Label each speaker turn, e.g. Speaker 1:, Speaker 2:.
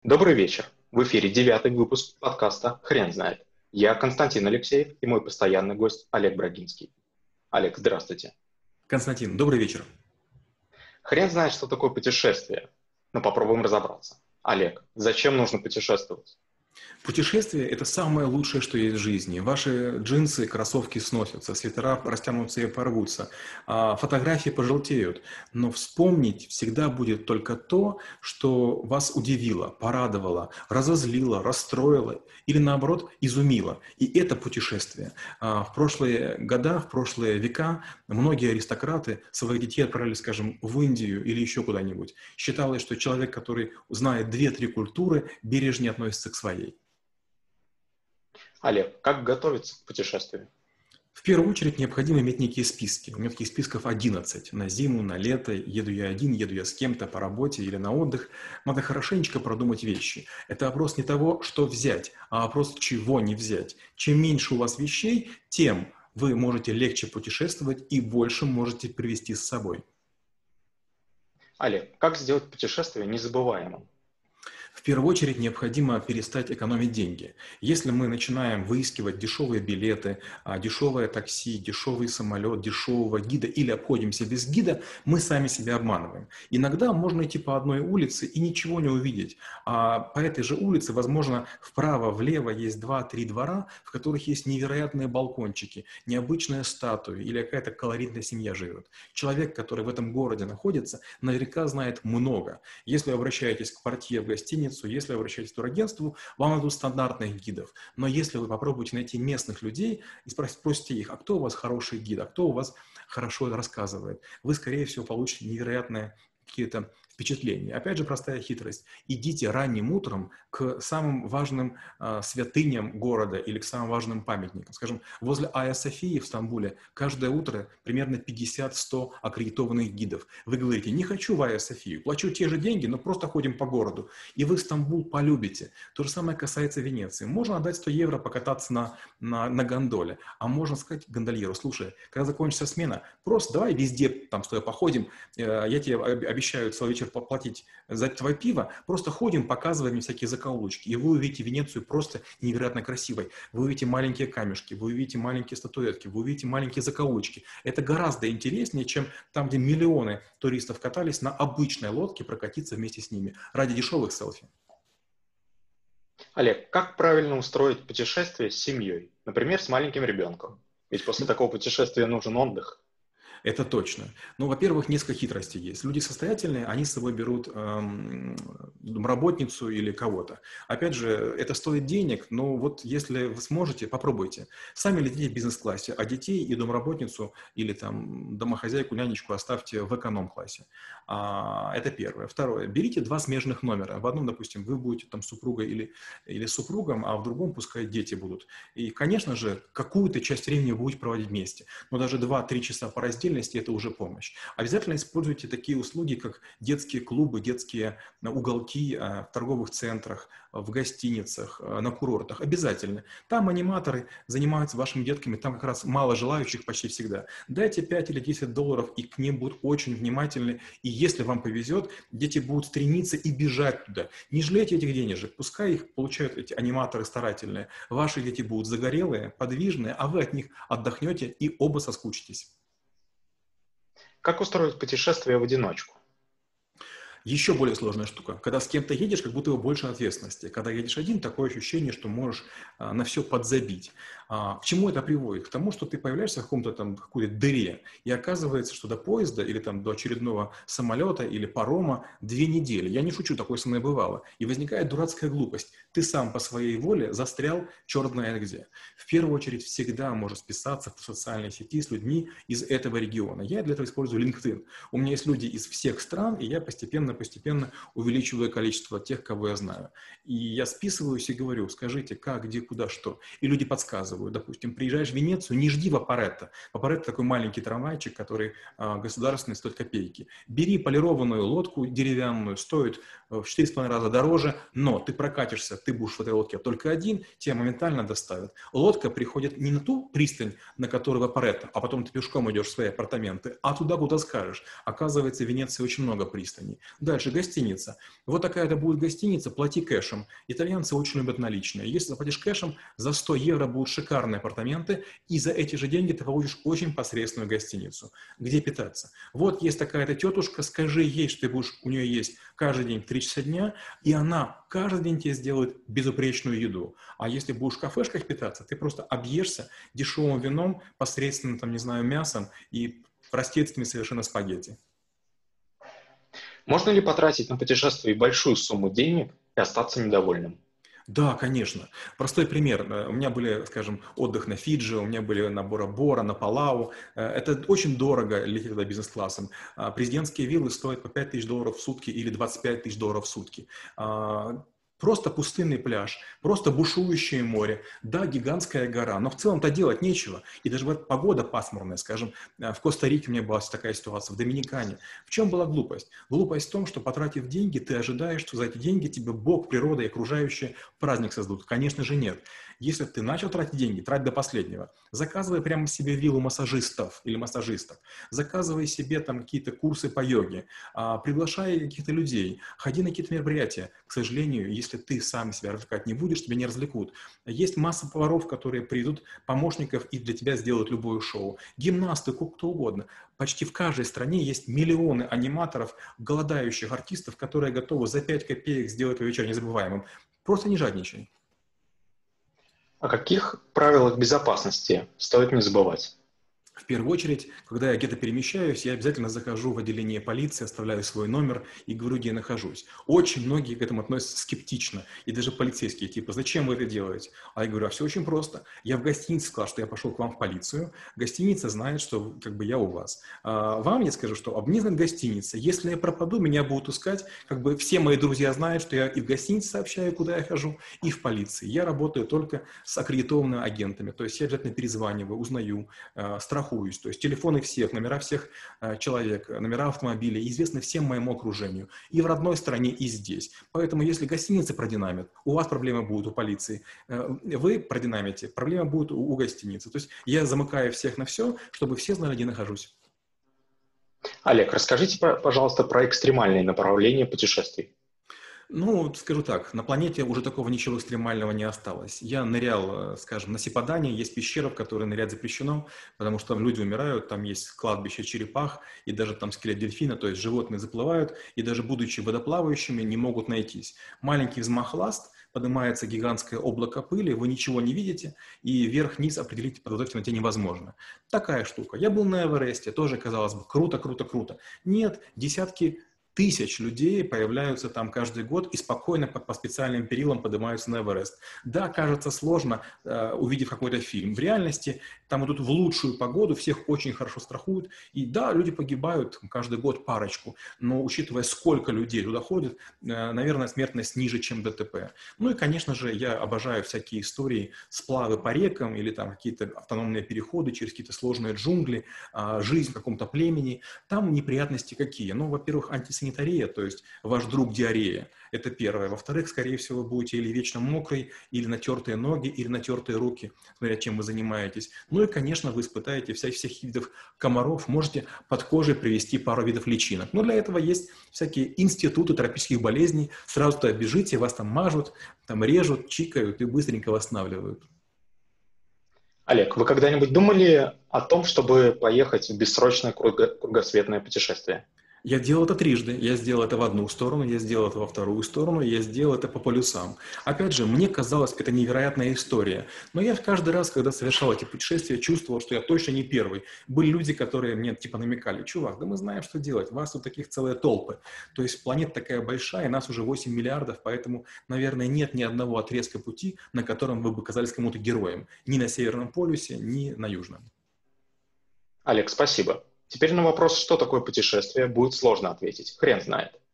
Speaker 1: Добрый вечер. В эфире девятый выпуск подкаста «Хрен знает». Я Константин Алексеев и мой постоянный гость Олег Брагинский. Олег, здравствуйте.
Speaker 2: Константин, добрый вечер.
Speaker 1: Хрен знает, что такое путешествие, но попробуем разобраться. Олег, зачем нужно путешествовать?
Speaker 2: Путешествие – это самое лучшее, что есть в жизни. Ваши джинсы, кроссовки сносятся, свитера растянутся и порвутся, фотографии пожелтеют. Но вспомнить всегда будет только то, что вас удивило, порадовало, разозлило, расстроило или, наоборот, изумило. И это путешествие. В прошлые года, в прошлые века многие аристократы своих детей отправили, скажем, в Индию или еще куда-нибудь. Считалось, что человек, который знает 2-3 культуры, бережнее относится к своей.
Speaker 1: Олег, как готовиться к путешествию?
Speaker 2: В первую очередь необходимо иметь некие списки. У меня таких списков 11. На зиму, на лето, еду я один, еду я с кем-то по работе или на отдых. Надо хорошенечко продумать вещи. Это вопрос не того, что взять, а вопрос, чего не взять. Чем меньше у вас вещей, тем вы можете легче путешествовать и больше можете привезти с собой.
Speaker 1: Олег, как сделать путешествие незабываемым?
Speaker 2: В первую очередь необходимо перестать экономить деньги. Если мы начинаем выискивать дешевые билеты, дешевое такси, дешевый самолет, дешевого гида или обходимся без гида, мы сами себя обманываем. Иногда можно идти по одной улице и ничего не увидеть. А по этой же улице, возможно, вправо-влево есть 2-3 двора, в которых есть невероятные балкончики, необычные статуи или какая-то колоритная семья живет. Человек, который в этом городе находится, наверняка знает много. Если вы обращаетесь к портье в гостиницу, если вы обращаетесь к турагентству, вам дадут стандартных гидов. Но если вы попробуете найти местных людей и спросите их, а кто у вас хороший гид, а кто у вас хорошо рассказывает, вы, скорее всего, получите невероятные какие-то впечатления. Опять же, простая хитрость. Идите ранним утром к самым важным святыням города или к самым важным памятникам. Скажем, возле Айя Софии в Стамбуле каждое утро примерно 50-100 аккредитованных гидов. Вы говорите, не хочу в Айя Софию, плачу те же деньги, но просто ходим по городу. И вы Стамбул полюбите. То же самое касается Венеции. Можно отдать 100 евро покататься на гондоле, а можно сказать гондольеру, слушай, когда закончится смена, просто давай везде там стоя походим, я тебе обещаю целый вечер поплатить за твое пиво, просто ходим, показываем мне всякие закоулочки, и вы увидите Венецию просто невероятно красивой. Вы увидите маленькие камешки, вы увидите маленькие статуэтки, вы увидите маленькие закоулочки. Это гораздо интереснее, чем там, где миллионы туристов катались на обычной лодке, прокатиться вместе с ними ради дешевых селфи.
Speaker 1: Олег, как правильно устроить путешествие с семьей? Например, с маленьким ребенком. Ведь после такого путешествия нужен отдых.
Speaker 2: Это точно. Ну, во-первых, несколько хитростей есть. Люди состоятельные, они с собой берут домработницу или кого-то. Опять же, это стоит денег, но вот если вы сможете, попробуйте. Сами летите в бизнес-классе, а детей и домработницу или там домохозяйку, нянечку оставьте в эконом-классе. Это первое. Второе. Берите 2 смежных номера. В одном, допустим, вы будете там супругой или супругом, а в другом пускай дети будут. И, конечно же, какую-то часть времени вы будете проводить вместе. Но даже 2-3 часа по раздельности – это уже помощь. Обязательно используйте такие услуги, как детские клубы, детские уголки в торговых центрах, в гостиницах, на курортах. Обязательно. Там аниматоры занимаются вашими детками, там как раз мало желающих почти всегда. Дайте 5 или 10 долларов, и к ним будут очень внимательны. И если вам повезет, дети будут стремиться и бежать туда. Не жалейте этих денежек, пускай их получают эти аниматоры старательные. Ваши дети будут загорелые, подвижные, а вы от них отдохнете и оба соскучитесь.
Speaker 1: Как устроить путешествие в одиночку?
Speaker 2: Еще более сложная штука. Когда с кем-то едешь, как будто бы больше ответственности. Когда едешь один, такое ощущение, что можешь на все подзабить. К чему это приводит? К тому, что ты появляешься в каком-то там какой-то дыре, и оказывается, что до поезда или там до очередного самолета или парома 2 недели. Я не шучу, такое со мной бывало. И возникает дурацкая глупость. Ты сам по своей воле застрял черт знает где. В первую очередь всегда можешь списаться в социальной сети с людьми из этого региона. Я для этого использую LinkedIn. У меня есть люди из всех стран, и я постепенно увеличиваю количество тех, кого я знаю. И я списываюсь и говорю, скажите, как, где, куда, что. И люди подсказывают. рассказывают. Допустим, приезжаешь в Венецию, не жди Вапоретто. Вапоретто такой маленький трамвайчик, который государственный, стоит копейки. Бери полированную лодку деревянную, стоит в 4,5 раза дороже, но ты прокатишься, ты будешь в этой лодке только один, тебя моментально доставят. Лодка приходит не на ту пристань, на которой Вапоретто, а потом ты пешком идешь в свои апартаменты, а туда, куда скажешь. Оказывается, в Венеции очень много пристаней. Дальше гостиница. Вот такая-то будет гостиница, плати кэшем. Итальянцы очень любят наличные. Если заплатишь кэшем, за 100 евро будут шикарные апартаменты, и за эти же деньги ты получишь очень посредственную гостиницу. Где питаться? Вот есть такая-то тетушка, скажи ей, что ты будешь, у нее есть каждый день 3 часа дня, и она каждый день тебе сделает безупречную еду. А если будешь в кафешках питаться, ты просто объешься дешевым вином, посредственно, там, не знаю, мясом и простецкими совершенно спагетти.
Speaker 1: Можно ли потратить на путешествие большую сумму денег и остаться недовольным?
Speaker 2: Да, конечно. Простой пример. У меня были, скажем, отдых на Фиджи, у меня были на Бора-Бора, на Палау. Это очень дорого лететь туда бизнес-классом. Президентские виллы стоят по $5000 в сутки или $25 000 в сутки. Просто пустынный пляж, просто бушующее море, да, гигантская гора, но в целом-то делать нечего. И даже вот погода пасмурная, скажем, в Коста-Рике у меня была такая ситуация, в Доминикане. В чем была глупость? Глупость в том, что, потратив деньги, ты ожидаешь, что за эти деньги тебе Бог, природа и окружающие праздник создадут. Конечно же нет. Если ты начал тратить деньги, трать до последнего. Заказывай прямо себе виллу массажистов или массажисток. Заказывай себе там какие-то курсы по йоге. Приглашай каких-то людей. Ходи на какие-то мероприятия. К сожалению, если ты сам себя развлекать не будешь, тебя не развлекут. Есть масса поваров, которые придут, помощников, и для тебя сделают любое шоу. Гимнасты, кто угодно. Почти в каждой стране есть миллионы аниматоров, голодающих артистов, которые готовы за 5 копеек сделать твой вечер незабываемым. Просто не жадничай.
Speaker 1: О каких правилах безопасности стоит не забывать?
Speaker 2: В первую очередь, когда я где-то перемещаюсь, я обязательно захожу в отделение полиции, оставляю свой номер и говорю, где я нахожусь. Очень многие к этому относятся скептично, и даже полицейские, типа, зачем вы это делаете? А я говорю, все очень просто. Я в гостинице сказал, что я пошел к вам в полицию, гостиница знает, что как бы я у вас. Вам я скажу, что мне знает гостиница. Если я пропаду, меня будут искать, как бы все мои друзья знают, что я и в гостинице сообщаю, куда я хожу, и в полиции. Я работаю только с аккредитованными агентами, то есть я обязательно перезваниваю, узнаю, страхуюсь. То есть телефоны всех, номера всех человек, номера автомобилей известны всем моему окружению. И в родной стране, и здесь. Поэтому если гостиница продинамит, у вас проблемы будут у полиции. Вы продинамите, проблемы будут у гостиницы. То есть я замыкаю всех на все, чтобы все знали, где нахожусь.
Speaker 1: Олег, расскажите, пожалуйста, про экстремальные направления путешествий.
Speaker 2: Ну, скажу так, на планете уже такого ничего экстремального не осталось. Я нырял, скажем, на Сиподане, есть пещера, в которой нырять запрещено, потому что там люди умирают, там есть кладбище черепах, и даже там скелет дельфина, то есть животные заплывают, и даже будучи водоплавающими, не могут найтись. Маленький взмах ласт, поднимается гигантское облако пыли, вы ничего не видите, и вверх-вниз определить под водой в темноте невозможно. Такая штука. Я был на Эвересте, тоже, казалось бы, круто, круто, круто. Нет, десятки тысяч людей появляются там каждый год и спокойно по специальным перилам поднимаются на Эверест. Да, кажется сложно, увидев какой-то фильм. В реальности там идут в лучшую погоду, всех очень хорошо страхуют. И да, люди погибают каждый год парочку, но учитывая, сколько людей туда ходит, наверное, смертность ниже, чем ДТП. Ну и, конечно же, я обожаю всякие истории, сплавы по рекам или там какие-то автономные переходы через какие-то сложные джунгли, жизнь в каком-то племени. Там неприятности какие? Ну, во-первых, антисанитария, то есть ваш друг диарея, это первое. Во-вторых, скорее всего, вы будете или вечно мокрый, или натертые ноги, или натертые руки, смотря чем вы занимаетесь. Ну и, конечно, вы испытаете всех видов комаров, можете под кожей привести пару видов личинок. Но для этого есть всякие институты тропических болезней. Сразу туда бежите, вас там мажут, там режут, чикают и быстренько восстанавливают.
Speaker 1: Олег, вы когда-нибудь думали о том, чтобы поехать в бессрочное кругосветное путешествие?
Speaker 2: Я делал это трижды. Я сделал это в одну сторону, я сделал это во вторую сторону, я сделал это по полюсам. Опять же, мне казалось, это невероятная история. Но я каждый раз, когда совершал эти путешествия, чувствовал, что я точно не первый. Были люди, которые мне типа намекали: чувак, да мы знаем, что делать, вас тут таких целые толпы. То есть планета такая большая, нас уже 8 миллиардов, поэтому, наверное, нет ни одного отрезка пути, на котором вы бы казались кому-то героем. Ни на Северном полюсе, ни на Южном.
Speaker 1: Олег, спасибо. Теперь на вопрос, что такое путешествие, будет сложно ответить. Хрен знает.